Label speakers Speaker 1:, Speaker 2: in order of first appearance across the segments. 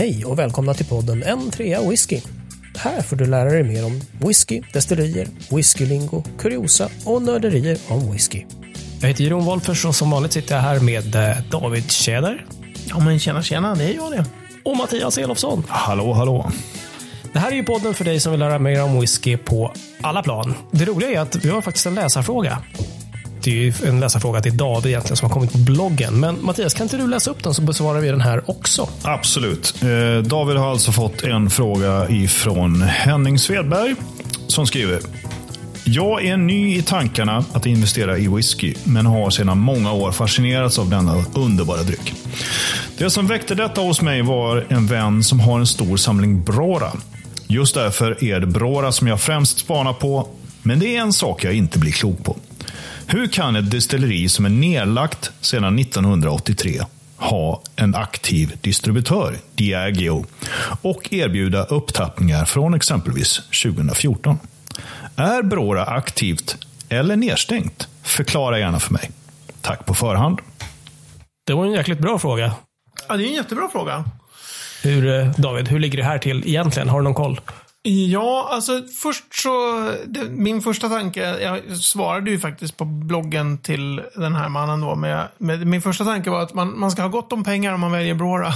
Speaker 1: Hej och välkomna till podden En trea whisky. Här får du lära dig mer om whisky, destillerier, whiskylingo, kuriosa och nörderier om whisky. Jag heter Jeroen Wolffers och som vanligt sitter jag här med David Tjäder.
Speaker 2: Ja men tjena, det är jag det.
Speaker 1: Och Mattias Elofsson.
Speaker 3: Hallå.
Speaker 1: Det här är ju podden för dig som vill lära mer om whisky på alla plan. Det roliga är att vi har faktiskt en läsarfråga. Det är ju en läsarfråga till David egentligen som har kommit på bloggen. Men Mattias, kan inte du läsa upp den så besvarar vi den här också?
Speaker 3: Absolut. David har alltså fått en fråga ifrån Henning Svedberg som skriver: Jag är ny i tankarna att investera i whisky, men har sedan många år fascinerats av denna underbara dryck. Det som väckte detta hos mig var en vän som har en stor samling Brora. Just därför är det Brora som jag främst spanar på, men det är en sak jag inte blir klok på. Hur kan ett destilleri som är nedlagt sedan 1983 ha en aktiv distributör, Diageo, och erbjuda upptappningar från exempelvis 2014? Är Brora aktivt eller nedstängt? Förklara gärna för mig. Tack på förhand.
Speaker 1: Det var en jäkligt bra fråga.
Speaker 2: Ja, det är en jättebra fråga.
Speaker 1: David, hur ligger det här till egentligen? Har du någon koll?
Speaker 2: Ja, alltså först så... min första tanke... Jag svarade ju faktiskt på bloggen till den här mannen då. Med min första tanke var att man ska ha gott om pengar om man väljer Brora.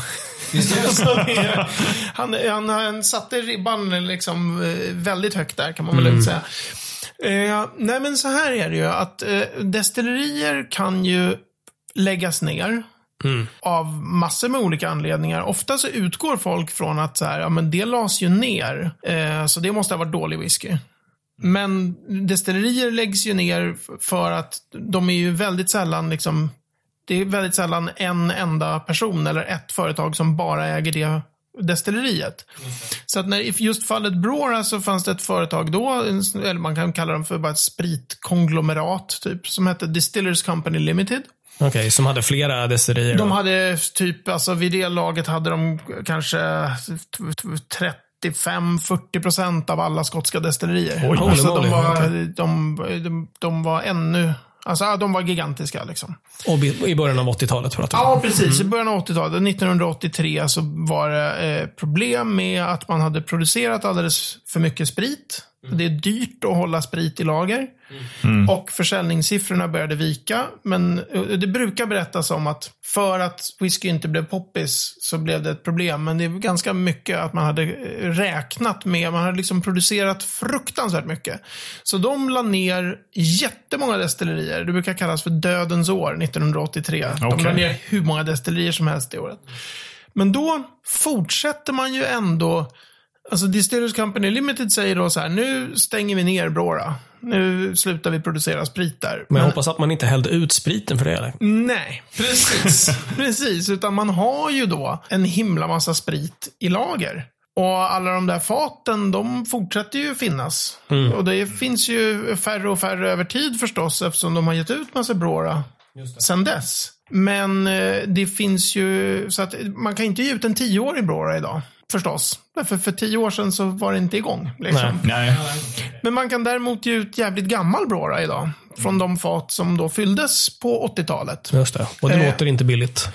Speaker 2: Han satte ribban liksom väldigt högt där, kan man väl säga. Nej, men så här är det ju. Att destillerier kan ju läggas ner. Av massor med olika anledningar. Ofta så utgår folk från att så här, ja, men det lades ju ner, så det måste ha varit dålig whisky. Men destillerier läggs ju ner för att de är ju väldigt sällan liksom, det är väldigt sällan en enda person eller ett företag som bara äger det destilleriet. Så att när i just fallet Brora så fanns det ett företag då, eller man kan kalla dem för bara ett spritkonglomerat typ, som hette Distillers Company Limited.
Speaker 1: Okej, som hade flera destillerier.
Speaker 2: De hade typ, alltså vid det laget hade de kanske 35-40% av alla skotska destillerier.
Speaker 1: Oj,
Speaker 2: alltså de var ännu, alltså de var gigantiska liksom.
Speaker 1: Och i början av 80-talet pratar vi.
Speaker 2: Ja, precis. I början av 80-talet, 1983, så var det problem med att man hade producerat alldeles för mycket sprit. Det är dyrt att hålla sprit i lager. Och försäljningssiffrorna började vika. Men det brukar berättas om att för att whisky inte blev poppis så blev det ett problem. Men det är ganska mycket att man hade räknat med. Man hade liksom producerat fruktansvärt mycket. Så de la ner jättemånga destillerier. Det brukar kallas för dödens år, 1983. Okay. De la ner hur många destillerier som helst i året. Men då fortsätter man ju ändå... Alltså Distillers Company Limited säger då så här: nu stänger vi ner Brora. Nu slutar vi producera sprit där.
Speaker 1: Men jag hoppas att man inte hällde ut spriten för det, eller?
Speaker 2: Nej, precis. Precis, utan man har ju då en himla massa sprit i lager. Och alla de där faten, de fortsätter ju finnas. Och det finns ju färre och färre över tid förstås, eftersom de har gett ut massa Brora sedan dess. Men det finns ju, så att man kan inte ge ut en 10-årig Brora idag. Förstås. Därför för 10 år sedan så var det inte igång. Liksom.
Speaker 3: Nej.
Speaker 2: Men man kan däremot ge ut jävligt gammal Brora idag. Från de fat som då fylldes på 80-talet.
Speaker 1: Just det. Och det låter inte billigt.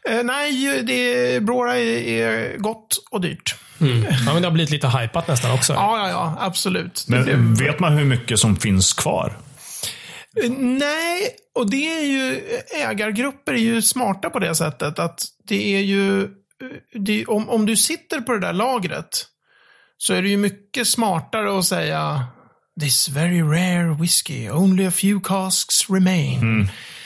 Speaker 2: Nej, Brora är gott och dyrt.
Speaker 1: Ja, men det har blivit lite hypat nästan också.
Speaker 2: Ja, absolut.
Speaker 3: Men vet man hur mycket som finns kvar?
Speaker 2: Nej, och det är ju... Ägargrupper är ju smarta på det sättet att det är ju... Om du sitter på det där lagret så är det ju mycket smartare att säga "This very rare whiskey, only a few casks remain."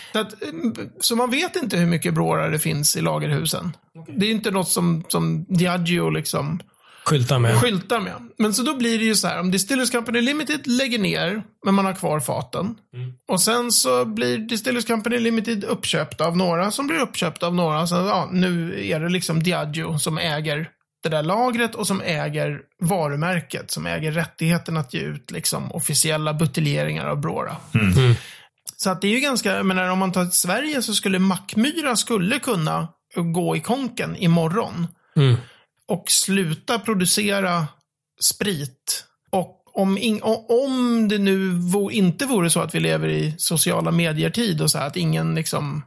Speaker 2: Så man vet inte hur mycket Brora det finns i lagerhusen. Det är inte något som Diageo liksom skyltar med. Men så då blir det ju så här, om Distillers Company Limited lägger ner, men man har kvar faten. Och sen så blir Distillers Company Limited uppköpt av några som blir uppköpt av några. Så nu är det liksom Diageo som äger det där lagret och som äger varumärket, som äger rättigheten att ge ut liksom officiella buteljeringar av Brora. Så att det är ju ganska, jag menar, om man tar till Sverige så skulle Mackmyra kunna gå i konken imorgon. Och sluta producera sprit. Och om det nu inte vore så att vi lever i sociala medier-tid och så här, att ingen liksom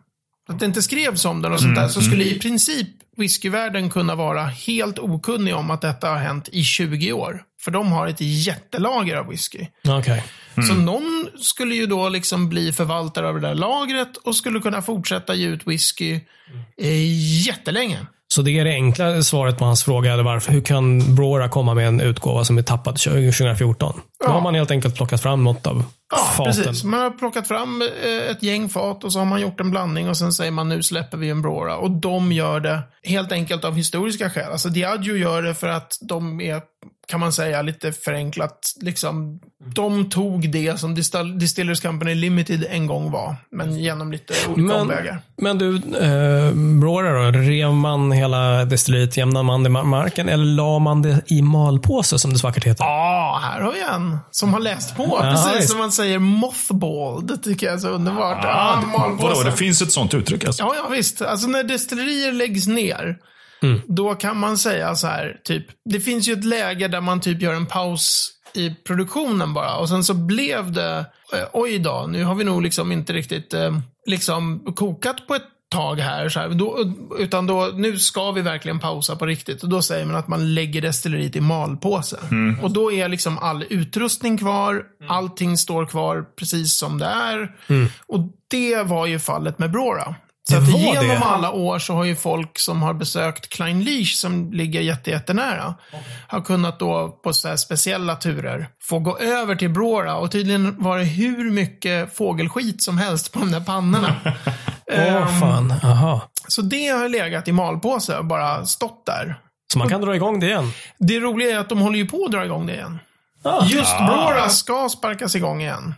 Speaker 2: att det inte skrevs om den och sånt där, så skulle i princip whiskyvärlden kunna vara helt okunnig om att detta har hänt i 20 år. För de har ett jättelager av whisky.
Speaker 1: Okej.
Speaker 2: Så någon skulle ju då liksom bli förvaltare av det där lagret och skulle kunna fortsätta ge ut whisky jättelänge.
Speaker 1: Så det är det enkla svaret på hans fråga, eller varför. Hur kan Brora komma med en utgåva som är tappad 2014? Då har man helt enkelt plockat fram något av faten.
Speaker 2: Precis. Man har plockat fram ett gäng fat och så har man gjort en blandning och sen säger man nu släpper vi en Brora. Och de gör det helt enkelt av historiska skäl. Alltså Diageo gör det för att de är, kan man säga lite förenklat, liksom, de tog det som Distillers Company Limited en gång var, men genom lite olika omvägar. Men
Speaker 1: du, Brora då, rev man hela destilleriet, jämnade man det marken eller la man det i malpåse som det så vackert heter?
Speaker 2: Ja, här har vi en som har läst på, precis som man säger mothball, det tycker jag är så underbart.
Speaker 3: Vadå, det finns ett sånt uttryck alltså?
Speaker 2: Ja, visst. Alltså när destillerier läggs ner, då kan man säga så här, typ, det finns ju ett läge där man typ gör en paus i produktionen bara, och sen så blev det, oj då, nu har vi nog liksom inte riktigt liksom kokat på ett tag här, så här utan då, nu ska vi verkligen pausa på riktigt, och då säger man att man lägger destilleriet i malpåse. Och då är liksom all utrustning kvar, allting står kvar precis som det är, och det var ju fallet med Brora. Så att genom alla år så har ju folk som har besökt Clynelish, som ligger jättenära, har kunnat då på så här speciella turer få gå över till Brora, och tydligen var det hur mycket fågelskit som helst på de där pannorna.
Speaker 1: Fan, aha.
Speaker 2: Så det har legat i malpåse och bara stått där.
Speaker 1: Så man kan dra igång det igen? Det
Speaker 2: roliga är att de håller ju på att dra igång det igen. Just Brora ska sparkas igång igen.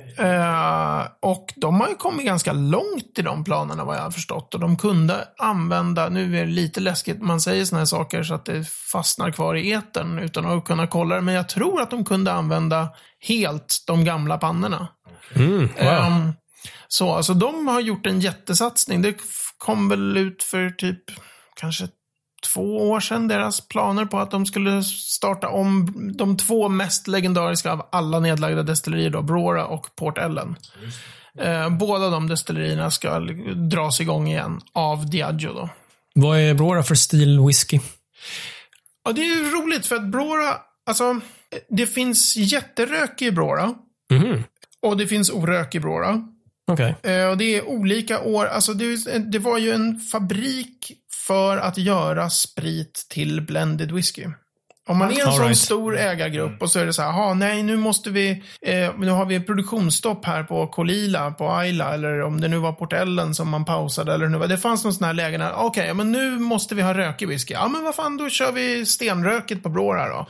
Speaker 2: Och de har ju kommit ganska långt i de planerna, vad jag har förstått. Och de kunde använda, nu är det lite läskigt, man säger såna här saker så att det fastnar kvar i etern utan att kunna kolla det. Men jag tror att de kunde använda helt de gamla pannorna.
Speaker 1: Wow.
Speaker 2: Så alltså de har gjort en jättesatsning. Det kom väl ut för typ kanske 2 år sedan, deras planer på att de skulle starta om de 2 mest legendariska av alla nedlagda destillerier då, Brora och Port Ellen. Båda de destillerierna ska dras igång igen av Diageo då.
Speaker 1: Vad är Brora för stil whisky?
Speaker 2: Ja, det är ju roligt för att Brora, alltså det finns jätterök i Brora och det finns orök i Brora.
Speaker 1: Okay.
Speaker 2: Och det är olika år, alltså det var ju en fabrik för att göra sprit till blended whisky. Om man är en sån stor ägargrupp och så är det så här, nej nu måste vi, nu har vi produktionsstopp här på Kolila, på Ayla, eller om det nu var Port Ellen som man pausade, eller nu var det fanns någon sån här lägen här, okej, men nu måste vi ha rökig whisky. Ja, men vad fan, då kör vi stenrökigt på Brora då.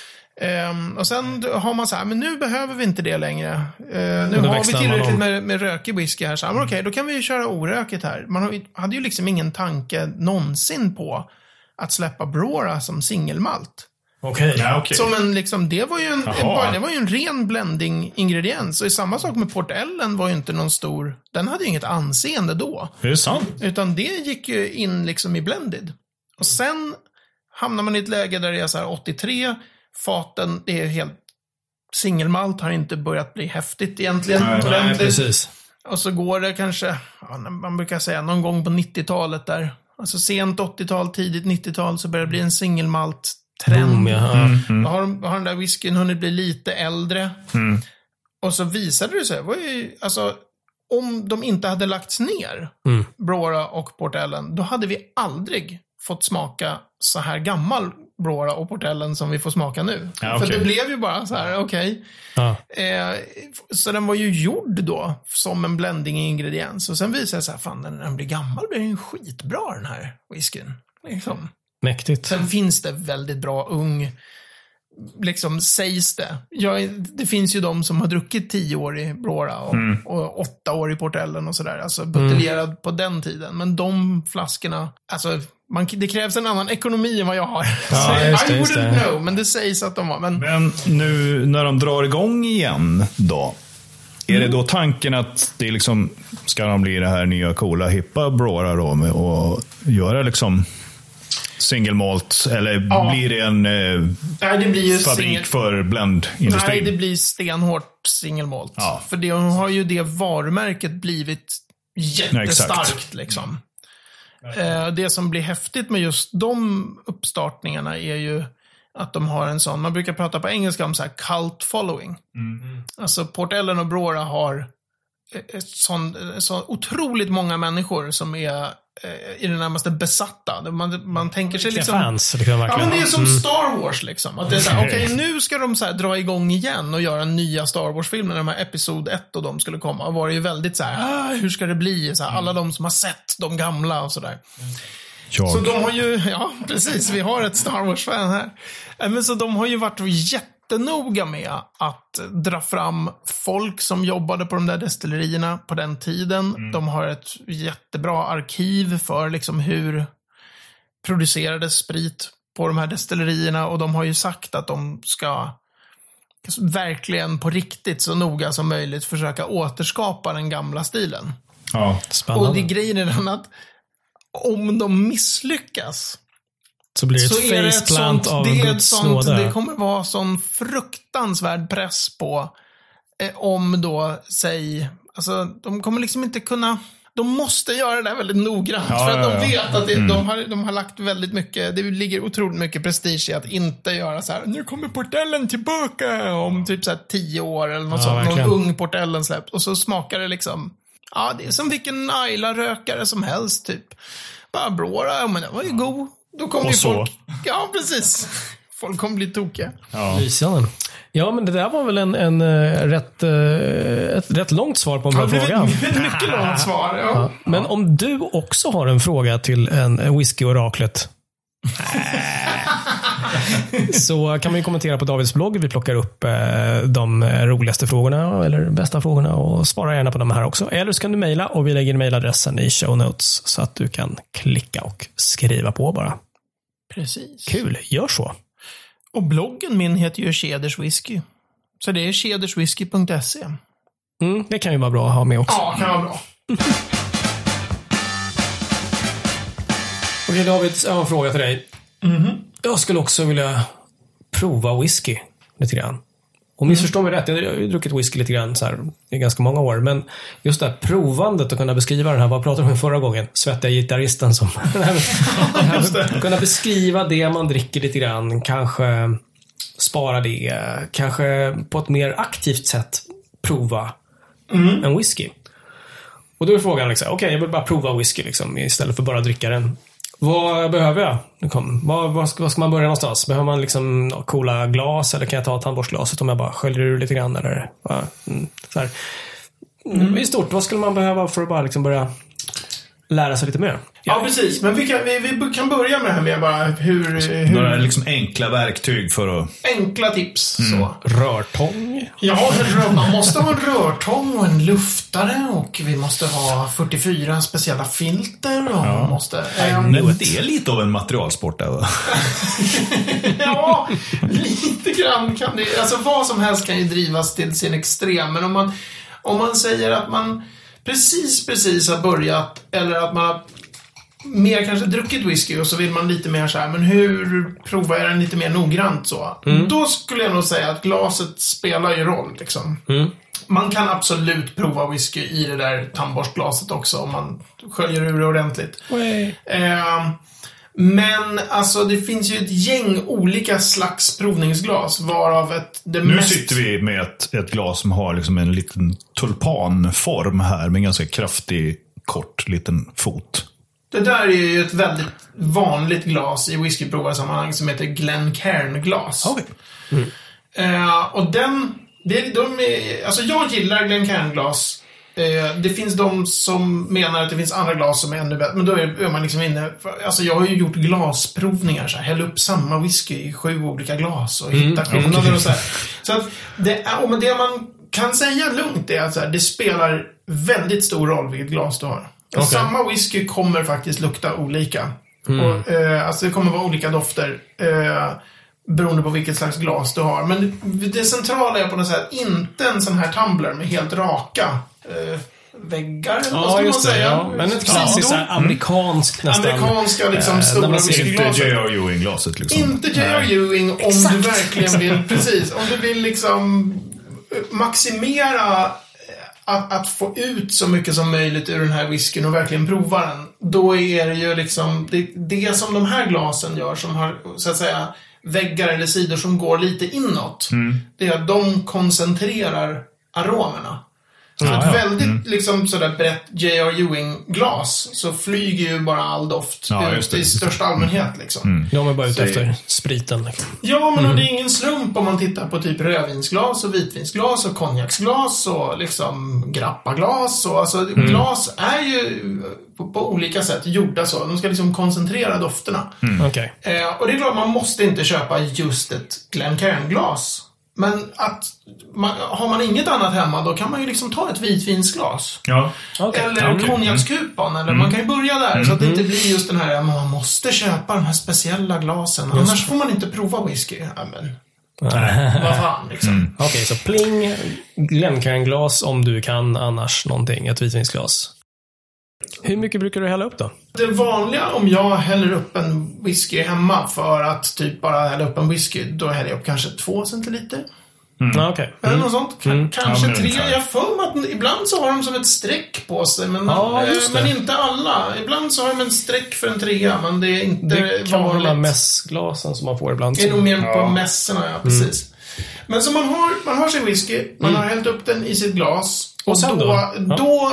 Speaker 2: Och sen har man så här, men nu behöver vi inte det längre. Nu har vi tillräckligt med rökig whisky här. Så men okej, då kan vi ju köra orökigt här. Man hade ju liksom ingen tanke någonsin på att släppa Brora som singelmalt.
Speaker 1: Okej.
Speaker 2: Som en liksom, det var ju en ren blending-ingrediens. Och samma sak med Port Ellen var ju inte någon stor, den hade ju inget anseende då.
Speaker 3: Det är sant.
Speaker 2: Utan det gick ju in liksom i blended. Och sen hamnar man i ett läge där det är så här 83, faten, det är helt singelmalt, har inte börjat bli häftigt egentligen.
Speaker 1: Nej, precis.
Speaker 2: Och så går det kanske, man brukar säga någon gång på 90-talet där, alltså sent 80-tal, tidigt 90-tal, så börjar det bli en singelmalt trend. Då har den där whiskyn hunnit bli lite äldre. Och så visade det sig, alltså om de inte hade lagts ner, Brora och Port Ellen, då hade vi aldrig fått smaka så här gammal Brora och Port Ellen som vi får smaka nu. Ja, okay. För det blev ju bara så här, så den var ju gjord då som en blending-ingrediens. Och sen visade det sig, fan, när den blir gammal blir den ju skitbra, den här whiskyn. Liksom.
Speaker 1: Mäktigt.
Speaker 2: Sen finns det väldigt bra ung, liksom sägs det. Det finns ju de som har druckit 10 år i Brora och 8 år i Port Ellen och sådär. Alltså buteljerad på den tiden. Men de flaskorna, alltså det krävs en annan ekonomi än vad jag har.
Speaker 1: Ja,
Speaker 2: I wouldn't know, men det sägs att de var.
Speaker 3: Men nu när de drar igång igen då, är det då tanken att det liksom, ska de bli det här nya coola hippa Brora då med och göra liksom single malt, eller blir det en
Speaker 2: det blir
Speaker 3: fabrik för blendindustrin?
Speaker 2: Nej, det blir stenhårt single malt. Ja. För det har ju det varumärket blivit jättestarkt liksom. Det som blir häftigt med just de uppstartningarna är ju att de har en sån, man brukar prata på engelska om så här cult following. Alltså Port Ellen och Brora har så otroligt många människor som är i det närmaste besatta. Man tänker sig liksom
Speaker 1: fans, det kan verkligen.
Speaker 2: Ja, men det är som Star Wars liksom. Att det är så här, okej, nu ska de så här dra igång igen och göra nya Star Wars-filmer. De här Episod 1 och de skulle komma. Och var det ju väldigt så här, hur ska det bli? Så här, alla de som har sett de gamla och sådär. Så de har ju, ja precis, vi har ett Star Wars-fan här. Men så de har ju varit jättenoga med att dra fram folk som jobbade på de där destillerierna på den tiden. De har ett jättebra arkiv för liksom hur producerades sprit på de här destillerierna, och de har ju sagt att de ska verkligen på riktigt så noga som möjligt försöka återskapa den gamla stilen.
Speaker 3: Ja,
Speaker 1: spännande.
Speaker 2: Och det grejen är den att om de misslyckas
Speaker 1: så blir det ett faceplant av Guds nåde.
Speaker 2: Det kommer vara sån fruktansvärd press på om då, säg, alltså de kommer liksom inte kunna, de måste göra det där väldigt noggrant för att de vet att de har lagt väldigt mycket, det ligger otroligt mycket prestige i att inte göra så här, nu kommer Port Ellen tillbaka om typ så här 10 år eller något sånt, någon ung Port Ellen släpps, och så smakar det liksom, ja, det är som vilken Ayla-rökare som helst typ. Bara Brora, men det var ju god. Då kommer ju folk, ja precis, folk kommer bli tokiga.
Speaker 1: Ja, men det där var väl ett rätt långt svar på en bra fråga.
Speaker 2: Ett mycket långt svar, ja.
Speaker 1: Men om du också har en fråga till en whisky-oraklet så kan man ju kommentera på Davids blogg. Vi plockar upp de roligaste frågorna eller bästa frågorna och svara gärna på de här också. Eller så kan du mejla, och vi lägger mejladressen i show notes så att du kan klicka och skriva på bara.
Speaker 2: Precis.
Speaker 1: Kul, gör så.
Speaker 2: Och bloggen min heter ju Keders Whisky. Så det är kederswhisky.se.
Speaker 1: Det kan ju vara bra att ha med också.
Speaker 2: Ja, kan vara bra.
Speaker 1: Okej David, jag har en fråga till dig. Jag skulle också vilja prova whisky lite grann. Och missförstå mig rätt, jag har ju druckit whisky lite grann så här, i ganska många år. Men just det här provandet att kunna beskriva den här, vad pratade vi om förra gången? Svettiga gitarristen som kunna beskriva det man dricker lite grann. Kanske spara det. Kanske på ett mer aktivt sätt prova en whisky. Och då är frågan liksom, okej, jag vill bara prova whisky liksom, istället för bara dricka den. Vad behöver jag? Vad ska man börja någonstans? Behöver man liksom coola glas, eller kan jag ta tandborstglaset om jag bara sköljer ur lite grann? Eller, så här. I stort, vad skulle man behöva för att bara liksom börja lära sig lite mer?
Speaker 2: Ja, precis. Men vi kan börja med det här med bara hur...
Speaker 3: Några liksom enkla verktyg för att...
Speaker 2: Enkla tips. Så.
Speaker 1: Rörtång?
Speaker 2: Ja, man måste ha en rörtång och en luftare, och vi måste ha 44 speciella filter. Och man måste...
Speaker 3: Men det är lite av en materialsport där, va?
Speaker 2: Ja, lite grann kan det... Alltså vad som helst kan ju drivas till sin extrem. Men om man säger att man precis har börjat, eller att man har mer kanske druckit whisky och så vill man lite mer så här, men hur provar jag den lite mer noggrant så? Då skulle jag nog säga att glaset spelar ju roll liksom. Man kan absolut prova whisky i det där tandborstglaset också om man sköljer ur det ordentligt. Men alltså det finns ju ett gäng olika slags provningsglas, varav
Speaker 3: Nu sitter vi med ett glas som har liksom en liten tulpanform här med en ganska kraftig, kort liten fot.
Speaker 2: Det där är ju ett väldigt vanligt glas i whiskyprovarsammanhang som heter Glencairn-glas.
Speaker 3: Okay.
Speaker 2: Och alltså jag gillar Glencairn-glas. Det finns de som menar att det finns andra glas som är ännu bättre. Men då är man liksom inne... Alltså jag har ju gjort glasprovningar så här. Häll upp samma whisky i 7 olika glas och hitta skillnader och så här. Så att det man kan säga lugnt är att så här, det spelar väldigt stor roll vilket glas du har. Okay. Samma whisky kommer faktiskt lukta olika. Och, alltså det kommer vara olika dofter beroende på vilket slags glas du har. Men det centrala är på något sätt inte en sån här tumbler med helt raka väggar, eller vad ska man säga?
Speaker 1: Ja. Men ett klassiskt amerikanskt nästan.
Speaker 2: Amerikanska liksom stora whiskyglas.
Speaker 3: Inte J.R. Ewing-glaset liksom.
Speaker 2: Inte J.R. Ewing om du verkligen vill, precis, om du vill liksom maximera att få ut så mycket som möjligt ur den här whiskyn och verkligen prova den, då är det ju liksom det som de här glasen gör, som har så att säga väggar eller sidor som går lite inåt, det är att de koncentrerar aromerna. Så ett väldigt liksom sådär brett J.R. Ewing-glas, så flyger ju bara all doft ut i största allmänhet liksom.
Speaker 1: De är bara ute efter spriten liksom.
Speaker 2: Ja, men det är ingen slump om man tittar på typ rödvinsglas och vitvinsglas och konjaksglas och liksom grappaglas och alltså glas är ju på olika sätt gjorda så. De ska liksom koncentrera dofterna.
Speaker 1: Okay.
Speaker 2: Och det är klart, man måste inte köpa just ett Glencairn-glas. Men har man inget annat hemma, då kan man ju liksom ta ett vitvinsglas.
Speaker 3: Ja.
Speaker 2: Eller konjakskupan. Eller man kan ju börja där, så att det inte blir just den här, man måste köpa de här speciella glasen. Annars får man inte prova whisky. Ja, men vad fan liksom.
Speaker 1: Okej, så pling, Glencairn-glas om du kan, annars någonting, ett vitvinsglas. Hur mycket brukar du hälla upp då?
Speaker 2: Det vanliga, om jag häller upp en whisky hemma för att typ bara hälla upp en whisky, då häller jag upp kanske 2 centiliter. Eller något sånt. Kanske 3. Jag får mig att ibland så har de som ett streck på sig, men inte alla. Ibland så har de en streck för en 3, men det är inte
Speaker 1: det kan
Speaker 2: vanligt.
Speaker 1: vara de mässglasen som man får ibland.
Speaker 2: Det är nog mer på mässorna, precis. Men så man har sin whisky, man har hällt upp den i sitt glas. Och sen då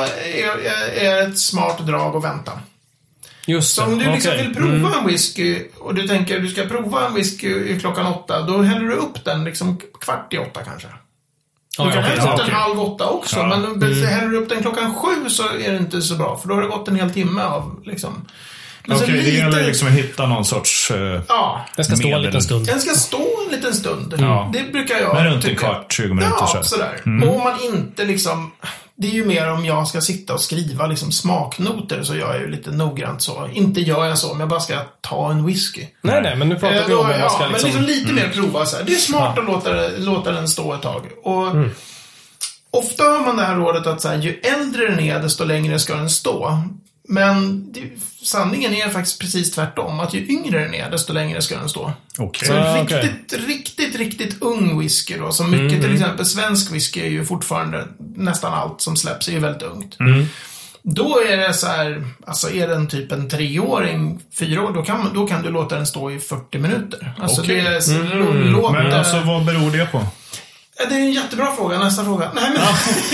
Speaker 2: är ett smart drag att vänta.
Speaker 1: Just
Speaker 2: så om du liksom vill prova en whisky och du tänker att du ska prova en whisky klockan 8, då häller du upp den liksom 7:15 kanske. Du kan hälla upp den 7:30 också, men häller du upp den klockan 7 så är det inte så bra, för då har det gått en hel timme av liksom.
Speaker 3: Okej, det gäller liksom att hitta någon sorts
Speaker 1: den ska stå en liten stund.
Speaker 2: Den ska stå en liten stund. Det brukar jag
Speaker 3: men runt en kvart, 20 minuter
Speaker 2: så. Sådär. Och om man inte liksom, det är ju mer om jag ska sitta och skriva liksom smaknoter, så jag är ju lite noggrant så. Inte gör jag så om jag bara ska ta en whisky.
Speaker 1: Nej, men nu pratar vi om man ska
Speaker 2: men liksom lite mer prova så här. Det är smart att låta den stå ett tag. Och ofta har man det här rådet att så här, ju äldre den är, desto längre ska den stå. Men sanningen är faktiskt precis tvärtom. Att ju yngre den är, desto längre ska den stå.
Speaker 3: Okay.
Speaker 2: Så riktigt ung whisky då. Som mycket till exempel svensk whisky är ju fortfarande, nästan allt som släpps är ju väldigt ungt. Då är det så här, alltså är den typ en 3-åring, 4 år, då kan du låta den stå i 40 minuter. Alltså det är
Speaker 3: men alltså vad beror det på?
Speaker 2: Det är en jättebra fråga. Nästa fråga. Nej, men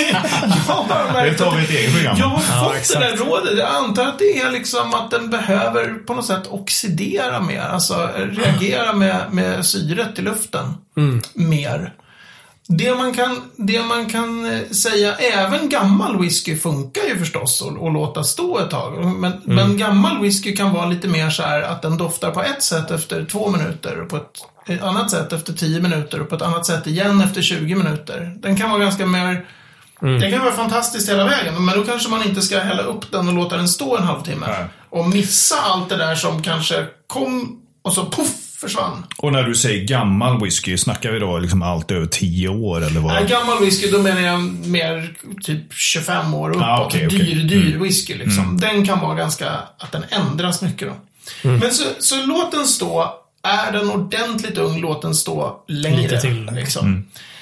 Speaker 3: det tar vi ett eget program.
Speaker 2: Jag har fått det där rådet. Jag antar att det är liksom att den behöver på något sätt oxidera mer. Alltså reagera med syret i luften mer. Det man kan säga, även gammal whisky funkar ju förstås att låta stå ett tag. Men gammal whisky kan vara lite mer så här att den doftar på ett sätt efter 2 minuter och på ett annat sätt efter 10 minuter och på ett annat sätt igen efter 20 minuter. Den kan vara ganska mer... Det kan vara fantastiskt hela vägen, men då kanske man inte ska hälla upp den och låta den stå en halvtimme. Och missa allt det där som kanske kom och så puff, försvann.
Speaker 3: Och när du säger gammal whisky, snackar vi då liksom allt över 10 år eller vad?
Speaker 2: Nej, gammal whisky, då menar jag mer typ 25 år uppåt. Dyr whisky liksom. Den kan vara ganska, att den ändras mycket då. Men så låt den stå. Är den ordentligt ung, låt den stå längre.
Speaker 1: Lite till.
Speaker 2: Liksom.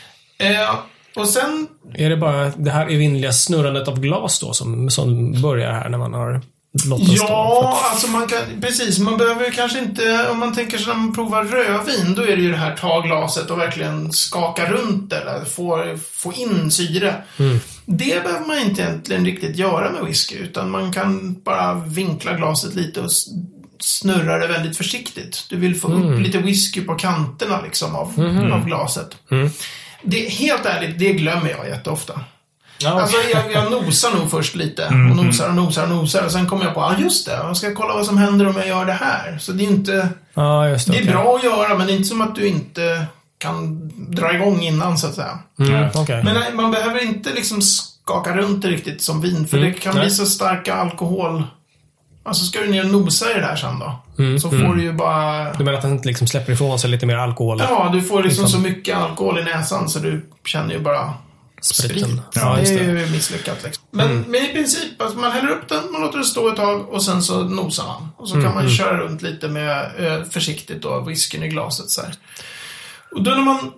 Speaker 2: Och sen...
Speaker 1: Är det bara det här evinnerliga snurrandet av glas då som börjar här när man har låtit stå?
Speaker 2: Ja, alltså man kan... Precis, man behöver kanske inte... Om man tänker sig när man provar rödvin, då är det ju det här, ta glaset och verkligen skaka runt eller få in syre. Det behöver man inte egentligen riktigt göra med whisky, utan man kan bara vinkla glaset lite och snurra det väldigt försiktigt. Du vill få upp lite whisky på kanterna liksom av glaset. Det, helt ärligt, det glömmer jag jätteofta. Alltså jag nosar nog först lite och nosar och sen kommer jag på, just det, jag ska kolla vad som händer om jag gör det här. Så det är inte det är bra att göra, men det är inte som att du inte kan dra igång innan så att säga. Men nej, man behöver inte liksom skaka runt det riktigt som vin, för det kan bli så starka alkohol. Alltså ska du ner och nosa i det där sen då. Så får du ju bara...
Speaker 1: Du menar att den inte liksom släpper ifrån sig lite mer alkohol?
Speaker 2: Ja, du får liksom så mycket alkohol i näsan så du känner ju bara spriten. Ja, det är ju misslyckat liksom. Men i princip, alltså man häller upp den, man låter det stå ett tag och sen så nosar man. Och så kan man köra runt lite med försiktigt då, whiskyn i glaset så här. Och då när man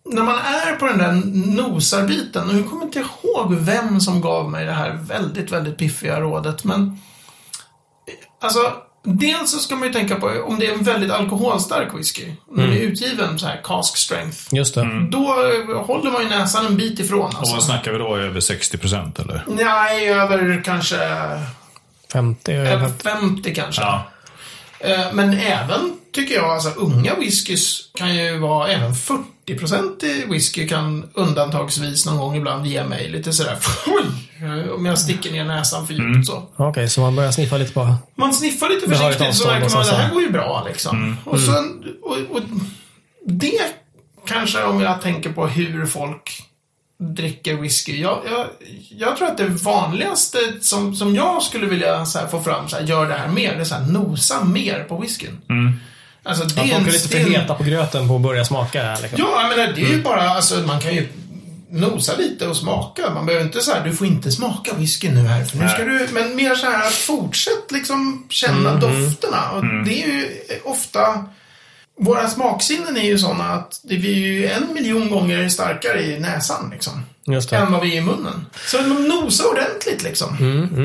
Speaker 2: när man är på den där nosarbiten, och jag kommer inte ihåg vem som gav mig det här väldigt, väldigt piffiga rådet, men alltså, dels så ska man ju tänka på om det är en väldigt alkoholstark whisky, när det är utgiven så här cask strength.
Speaker 1: Just det.
Speaker 2: Då håller man ju näsan en bit ifrån. Alltså.
Speaker 3: Och vad snackar vi då? Över 60% eller?
Speaker 2: Nej, över kanske
Speaker 1: 50.
Speaker 2: över 50 kanske.
Speaker 3: Ja.
Speaker 2: Men även, tycker jag, alltså unga whiskys kan ju vara, även 40% i whisky kan undantagsvis någon gång ibland ge mig lite sådär, om jag sticker ner näsan för djupt så.
Speaker 1: Okej, så man börjar sniffa lite på...
Speaker 2: Man sniffar lite försiktigt så verkar man, det här går ju bra liksom. Och sen, och det kanske, om jag tänker på hur folk dricker whisky. Jag tror att det vanligaste som jag skulle vilja så här, få fram, så här, gör det här mer, det är så här, nosa mer på whiskyn. Alltså, det är
Speaker 1: folk är lite för heta på gröten på att börja smaka här, liksom.
Speaker 2: Ja, men det är ju bara, alltså, man kan ju nosa lite och smaka. Man behöver inte så här, du får inte smaka whisky nu här, för nu ska du, men mer så här att fortsätt liksom känna dofterna. Och det är ju ofta, våra smaksinnen är ju sådana att det blir ju 1 miljon gånger starkare i näsan liksom.
Speaker 1: Just det.
Speaker 2: Än vad vi är i munnen. Så man nosar ordentligt liksom.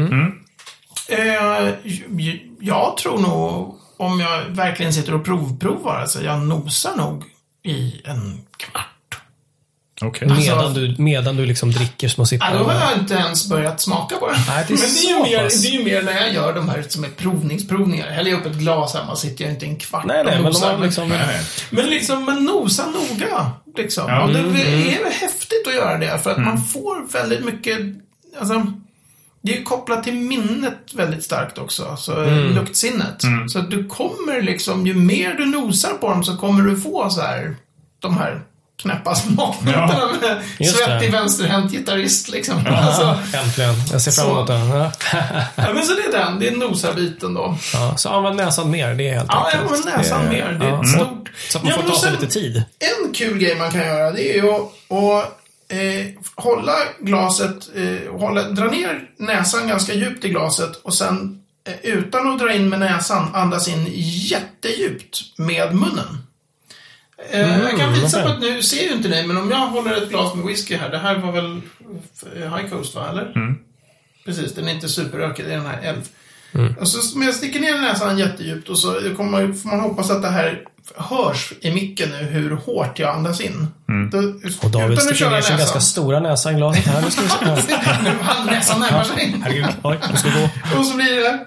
Speaker 2: Jag tror nog, om jag verkligen sitter och provprovar, alltså jag nosar nog i en kvart.
Speaker 3: Okay.
Speaker 1: Medan du liksom dricker små sippar.
Speaker 2: Ja, då har jag inte ens börjat smaka på det.
Speaker 1: Nej,
Speaker 2: men det är ju mer när jag gör de här som är provningar. Häller jag upp ett glas hemma, sitter jag inte en kvart och nosar. Men liksom, man nosar noga. Liksom. Ja. Och det är häftigt att göra det, för att man får väldigt mycket, alltså, det är kopplat till minnet väldigt starkt också, alltså luktsinnet. Så att du kommer liksom, ju mer du nosar på dem så kommer du få så här, de här knäppa smaknoterna med svettig vänsterhänt gitarrist liksom. Alltså,
Speaker 1: äntligen, jag ser fram emot det.
Speaker 2: Ja, men så det är den nosarbiten då.
Speaker 1: Ja, så använd näsan mer, det är helt enkelt.
Speaker 2: Ja, använd näsan mer, det är ett stort.
Speaker 1: Så att man får ta sig lite tid.
Speaker 2: En kul grej man kan göra, det är ju att hålla glaset, dra ner näsan ganska djupt i glaset och sen utan att dra in med näsan andas in jättedjupt med munnen. Jag kan visa på att, nu ser ju inte ni, men om jag håller ett glas med whisky här, det här var väl High Coast, va, eller? Precis, den är inte superökig, det är den här älv. Och så, men jag sticker ner näsan jättedjupt och så får man hoppas att det här hörs i micken nu, hur hårt jag andas in.
Speaker 1: Och David sticker ner sin ganska stora näsa i glaset här. Nu ska vi se.
Speaker 2: Nu han näsan närmar sig.
Speaker 1: Herregud, oj, nu ska gå.
Speaker 2: Och så blir det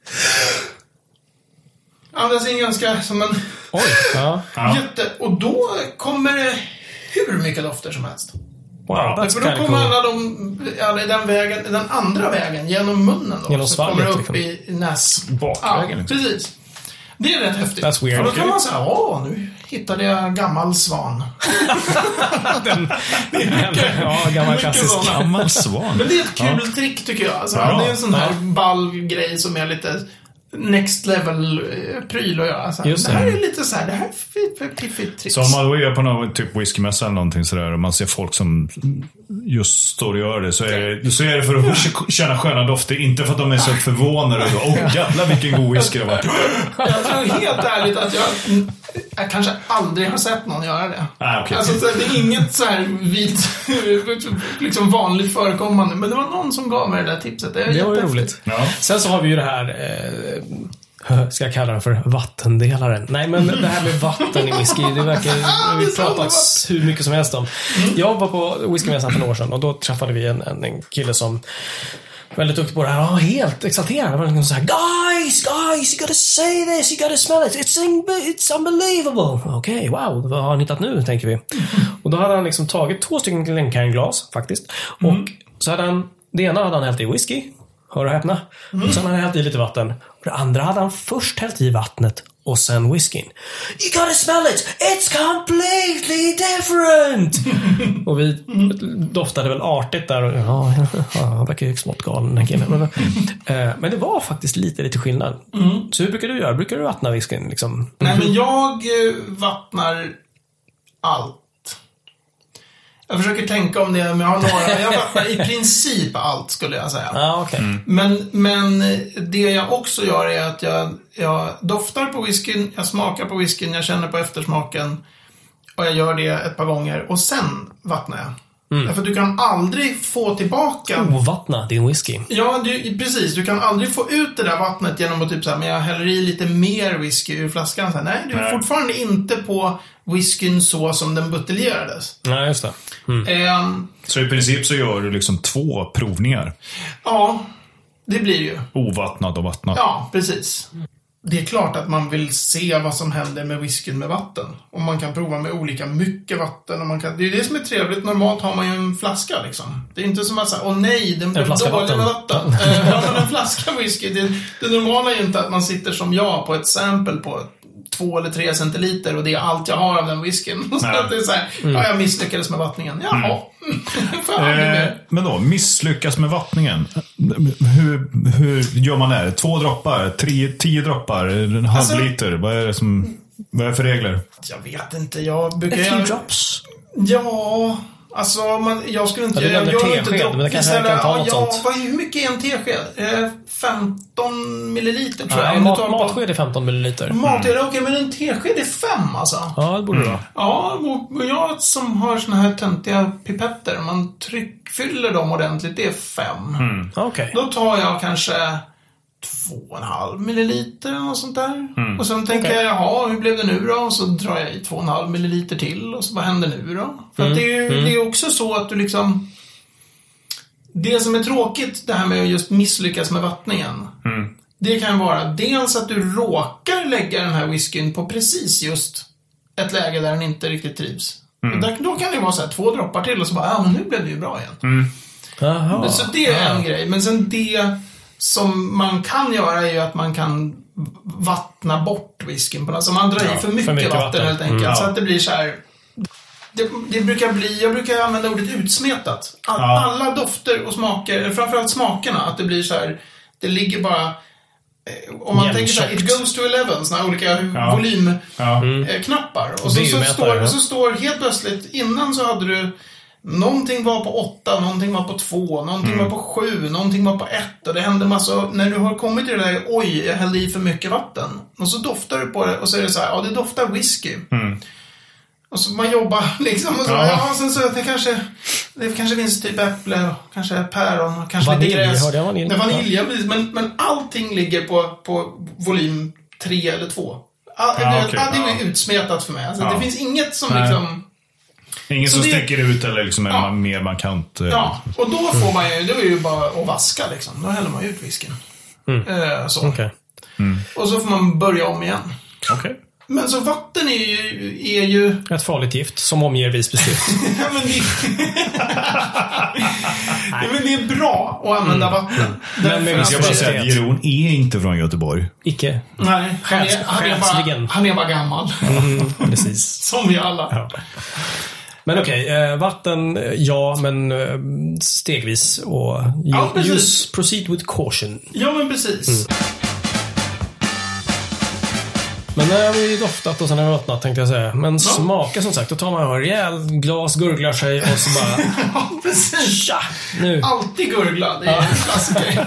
Speaker 2: andas in ganska som en jätte, och då kommer det hur mycket dofter som helst.
Speaker 1: Wow,
Speaker 2: för då kommer alla den vägen, den andra vägen genom munnen då,
Speaker 1: genom
Speaker 2: så kommer det upp
Speaker 1: liksom
Speaker 2: i näs
Speaker 3: bakvägen liksom.
Speaker 2: Precis. Det är rätt häftigt.
Speaker 1: That's weird.
Speaker 2: För då kan man säga, nu hittade jag gammal svan.
Speaker 1: Gammal klassisk
Speaker 3: gammal svan.
Speaker 2: Men det är ett kul trick, tycker jag. Alltså, det är en sån här ball grej som är lite next level pryl att göra. Alltså, det här är lite så här, det här är piffigt trick.
Speaker 3: Så om man då är på någon typ whiskymässa eller någonting sådär och man ser folk som just står och gör det, så är det för att känna sköna dofter, inte för att de är så förvånade och jävlar vilken god whisky det var.
Speaker 2: Jag tror helt ärligt att jag kanske aldrig har sett någon göra det.
Speaker 3: Okay.
Speaker 2: Alltså, det är inget så här liksom vanligt förekommande, men det var någon som gav mig det där tipset.
Speaker 1: Det var ju roligt. Ja. Sen så har vi ju det här ska jag kalla den för vattendelaren. Nej, men det här med vatten i whisky, det verkar vi pratat hur mycket som helst om. Jag var på whiskymässan för några år sedan och då träffade vi en kille som väldigt duktig på det här. Helt exalterad. Han var så här, guys, you gotta say this, you gotta smell it. It's unbelievable. Okej, wow, vad har han hittat nu, tänker vi. Och då hade han liksom tagit 2 stycken Glencairn-glas, faktiskt. Och så hade han, det ena hade han hällt i whisky. Hör och häpna. Och sen hade han hällt i lite vatten. Och det andra hade han först hällt i vattnet och sen whiskyn. You gotta smell it! It's completely different! Och vi doftade väl artigt där. Och, han verkar ju smått galen, den killen. Men det var faktiskt lite skillnad. Så hur brukar du göra? Brukar du vattna whiskyn? Liksom?
Speaker 2: Nej, men jag vattnar allt. Jag försöker tänka om det, men jag har några. Jag vattnar i princip allt, skulle jag säga.
Speaker 1: Okay.
Speaker 2: Men det jag också gör är att jag doftar på whiskyn, jag smakar på whiskyn, jag känner på eftersmaken. Och jag gör det ett par gånger och sen vattnar jag. Därför att du kan aldrig få tillbaka...
Speaker 1: Ovattna din whisky.
Speaker 2: Ja, precis. Du kan aldrig få ut det där vattnet genom att typ så här, men jag häller i lite mer whisky ur flaskan. Så här, nej, du är fortfarande inte på whiskyn så som den buteljerades.
Speaker 1: Nej, just det.
Speaker 3: Så i princip så gör du liksom 2 provningar.
Speaker 2: Ja, det blir ju.
Speaker 3: Ovattnat och vattnat.
Speaker 2: Ja, precis. Det är klart att man vill se vad som händer med whiskyn med vatten. Och man kan prova med olika mycket vatten. Och det är det som är trevligt. Normalt har man ju en flaska liksom. Det är inte som att säga, åh nej, den blev dålig med vatten. Har man en flaska whisky, det normala är ju inte att man sitter som jag på ett sample på 2 eller 3 centiliter och det är allt jag har av den whiskyn. Så att det är så här, ja, jag misslyckades med vattningen. Jaha.
Speaker 3: Men då, misslyckas med vattningen. Hur gör man det? 2 droppar, 10 droppar, en halv liter. Vad är det för regler?
Speaker 2: Jag vet inte, jag brukar...
Speaker 1: A few drops.
Speaker 2: Ja... Alltså, jag skulle inte...
Speaker 1: Jag gör inte dropp. Men det kanske kan ta något sånt.
Speaker 2: Hur mycket är en tesked? 15 milliliter tror jag.
Speaker 1: Matsked är 15 milliliter.
Speaker 2: Okej, men en tesked är 5 alltså.
Speaker 1: Ja, det borde det vara.
Speaker 2: Ja, och jag som har såna här töntiga pipetter, man fyller dem ordentligt, det är 5.
Speaker 1: Okej.
Speaker 2: Då tar jag kanske 2,5 milliliter eller något sånt där. Och sen tänker jag, jaha, hur blev det nu då? Och så drar jag i 2,5 milliliter till. Och så vad händer nu då? För att det är också så att du liksom... Det som är tråkigt, det här med att just misslyckas med vattningen. Det kan vara dels att du råkar lägga den här whiskyn på precis just ett läge där den inte riktigt trivs. Och då kan det vara så här 2 droppar till och så bara, men nu blev det ju bra igen. Så det är en grej. Men sen det... som man kan göra är ju att man kan vattna bort whiskyn. Alltså man drar i för mycket vatten helt enkelt. Så att det blir så här... Det brukar bli... Jag brukar använda ordet utsmetat. Alla dofter och smaker, framförallt smakerna, att det blir så här... Det ligger bara... Om man tänker så här, it goes to 11, såna olika volymknappar. Och så står helt plötsligt, innan så hade du... Någonting var på 8, någonting var på 2, någonting var på 7, någonting var på 1. Och det hände massor. När du har kommit till det där, oj, jag hällde i för mycket vatten. Och så doftar du på det och så är det så här, ja, det doftar whisky. Och så man jobbar liksom och så, sen så att det kanske finns typ äpple, kanske päron, kanske lite gräs. Vanilj, precis. Men allting ligger på volym 3 eller 2. Det är utsmetat för mig. Alltså, det finns inget som liksom...
Speaker 3: Ingen som sticker ut eller liksom är mer markant.
Speaker 2: Ja, och då får man ju, det är ju bara att vaska liksom. Då häller man ut whiskyn. Så.
Speaker 1: Okay.
Speaker 2: Och så får man börja om igen.
Speaker 3: Okay.
Speaker 2: Men så vatten är ju...
Speaker 1: Ett farligt gift som omger Visbystift.
Speaker 2: men det är bra att använda vatten.
Speaker 3: Men jag ska bara säga att Jeroen är inte från Göteborg.
Speaker 1: Icke.
Speaker 2: Nej, han är bara gammal.
Speaker 1: Precis.
Speaker 2: Som vi alla.
Speaker 1: Ja. Men okej, vatten, ja, men stegvis och proceed with caution.
Speaker 2: Ja, men precis.
Speaker 1: Men när vi doftat och sen har vi vattnat, tänkte jag säga. Men smaka som sagt, då tar man en rejäl glas, gurglar sig och så bara...
Speaker 2: Ja, precis.
Speaker 1: Ja, nu.
Speaker 2: Alltid gurgla, det är en klassiker.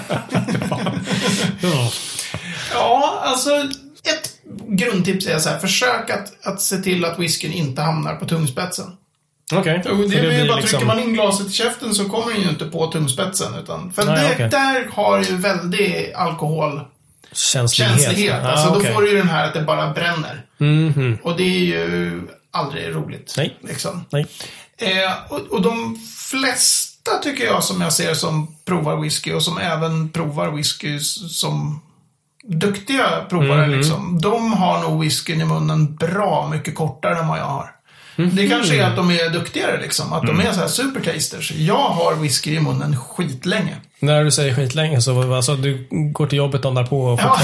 Speaker 2: Ja, alltså... Ett grundtips är så här, försök att se till att whiskyn inte hamnar på tungspetsen.
Speaker 1: Okej.
Speaker 2: Det är ju bara liksom... trycker man in glaset i käften så kommer den ju inte på tungspetsen. Utan, för där har ju väldigt alkoholkänslighet. Alltså då får du ju den här att det bara bränner. Och det är ju aldrig roligt.
Speaker 1: Nej.
Speaker 2: Liksom.
Speaker 1: Nej.
Speaker 2: Och de flesta tycker jag som jag ser som provar whisky och som även provar whisky som duktiga provare liksom. De har nog whiskyn i munnen bra mycket kortare än vad jag har. Det kanske är att de är duktigare liksom. Att de är så här supertasters. Jag har whisky i munnen skitlänge.
Speaker 1: När du säger skitlänge så alltså, du går till jobbet dagen därpå och får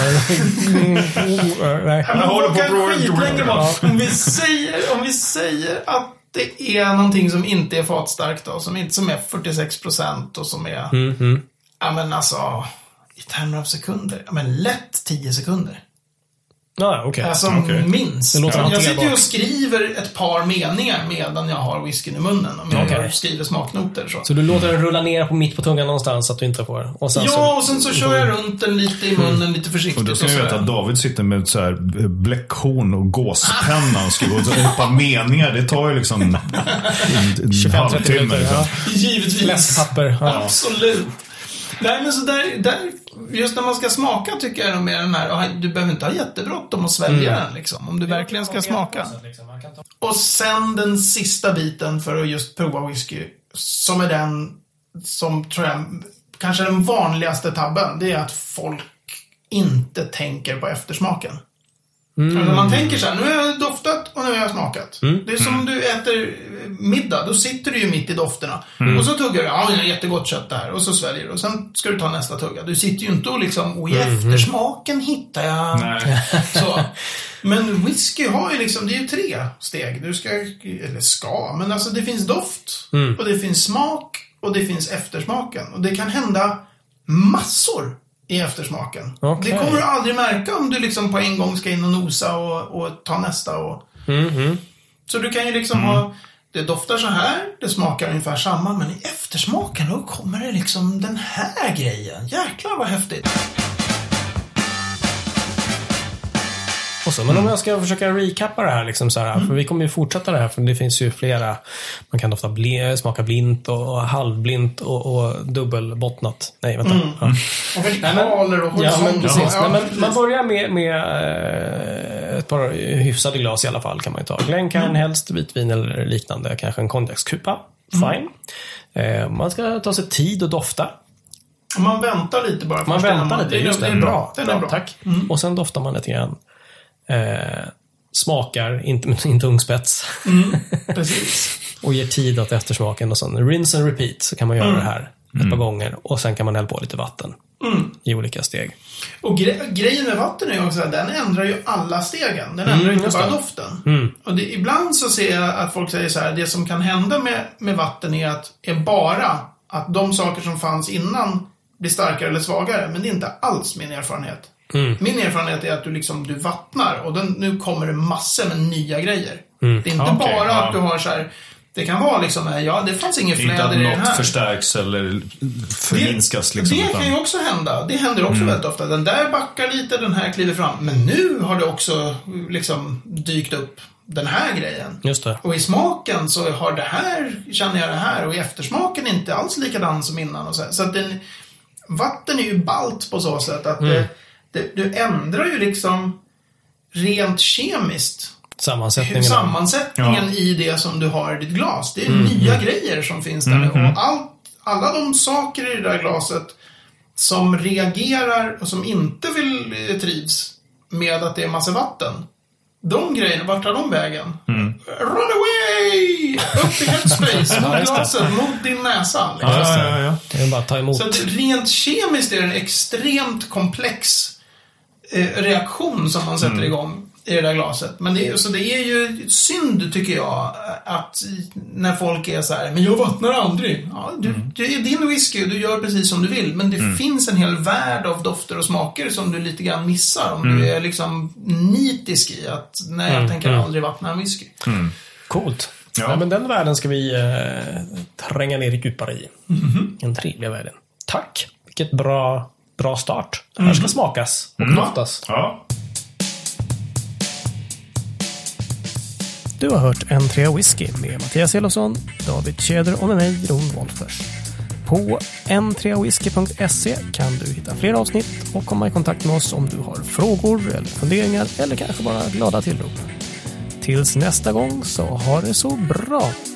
Speaker 2: Om vi säger att det är någonting som inte är fatstarkt då, som är 46% och som är ja men alltså i termer av sekunder, ja men lätt 10 sekunder.
Speaker 1: okej.
Speaker 2: Alltså minst. Jag sitter ju och skriver ett par meningar medan jag har whiskyn i munnen. Om jag skriver smaknoter.
Speaker 1: Så du låter den rulla ner mitt på tungan någonstans så att du inte får... Och sen
Speaker 2: så kör jag runt den lite i munnen, lite försiktigt.
Speaker 3: Och då ska jag veta att David sitter med så här bläckhorn och gåspenna och skriver ett par meningar. Det tar ju liksom en
Speaker 1: 25-30 minuter. Ja.
Speaker 2: Givetvis.
Speaker 1: Läskpapper.
Speaker 2: Ja. Absolut. Nej, men så där, just när man ska smaka tycker jag mer den här, du behöver inte ha jättebråttom att svälja den liksom, om du verkligen ska smaka. Och sen den sista biten för att just prova whisky, som är den som tror jag kanske den vanligaste tabben, det är att folk inte tänker på eftersmaken. Alltså man tänker så här, nu har jag doftat och nu har jag smakat. Det är som du äter middag, då sitter du ju mitt i dofterna. Och så tuggar du, det är jättegott kött det här. Och så sväljer du, och sen ska du ta nästa tugga. Du sitter ju inte och liksom, i eftersmaken hittar jag. Så. Men whisky har ju liksom, det är ju 3 steg. Du men alltså det finns doft, och det finns smak, och det finns eftersmaken. Och det kan hända massor i eftersmaken. Okay. Det kommer du aldrig märka om du liksom på en gång ska in och nosa och ta nästa. Så du kan ju liksom ha, det doftar så här, det smakar ungefär samma, men i eftersmaken då kommer det liksom den här grejen. Jäklar vad häftigt.
Speaker 1: Och så, men om jag ska försöka recappa det här, liksom så här, för vi kommer ju fortsätta det här, för det finns ju flera, man kan dofta smaka blint och halvblint och dubbelbottnat. Nej, vänta.
Speaker 2: Och vertikaler och
Speaker 1: horisonter. Man börjar med ett par hyfsade glas i alla fall kan man ju ta. Glencairn, helst vitvin eller liknande, kanske en konjakskupa. Fine. Man ska ta sig tid och dofta.
Speaker 2: Man väntar lite bara.
Speaker 1: Man väntar lite, just det.
Speaker 2: Det är bra.
Speaker 1: Tack. Och sen doftar man lite grann. Smakar, inte ungspets.
Speaker 2: Precis.
Speaker 1: Och ger tid åt eftersmaken och sånt. Rinse and repeat, så kan man göra det här ett par gånger. Och sen kan man hälla på lite vatten i olika steg.
Speaker 2: Och grejen med vatten är ju också att den ändrar ju alla stegen. Den ändrar inte bara doften. Och ibland så ser jag att folk säger så här, det som kan hända med vatten är bara att de saker som fanns innan blir starkare eller svagare. Men det är inte alls min erfarenhet. Min erfarenhet är att du vattnar och nu kommer det massor med nya grejer. Det är inte bara att du har så här, det kan vara liksom, det fanns ingen fläder i den här.
Speaker 3: Inte att något förstärks eller förminskas liksom.
Speaker 2: Det kan ju också hända. Det händer också väldigt ofta. Den där backar lite, den här kliver fram. Men nu har det också liksom dykt upp den här grejen.
Speaker 1: Just det.
Speaker 2: Och i smaken så har det här, känner jag det här. Och i eftersmaken inte alls likadan som innan. Och så att vatten är ju ballt på så sätt att du ändrar ju liksom rent kemiskt sammansättningen i det som du har i ditt glas. Det är nya grejer som finns där nu. Och alla de saker i det där glaset som reagerar och som inte trivs med att det är massa vatten. De grejerna, vart tar de vägen? Run away! Upp i headspace, mot glaset, mot din näsa. Liksom.
Speaker 1: Ja. Det är bara att ta emot.
Speaker 2: Så att rent kemiskt är det en extremt komplex reaktion som man sätter igång i det där glaset. Men det är ju synd, tycker jag, att när folk är så här, men jag vattnar aldrig. Ja, det är din whisky och du gör precis som du vill. Men det finns en hel värld av dofter och smaker som du lite grann missar om du är liksom nitisk i att nej, jag tänker aldrig vattna en whisky.
Speaker 1: Coolt. Ja, men den världen ska vi tränga ner djupare i. En trevlig världen. Tack. Vilket bra start. Det här ska smakas och doftas.
Speaker 3: Ja.
Speaker 1: Du har hört N3 Whisky med Mattias Elofsson, David Tjäder och med mig, Ron Wolffers. På n3whisky.se kan du hitta fler avsnitt och komma i kontakt med oss om du har frågor eller funderingar eller kanske bara glada tillrop. Tills nästa gång, så ha det så bra!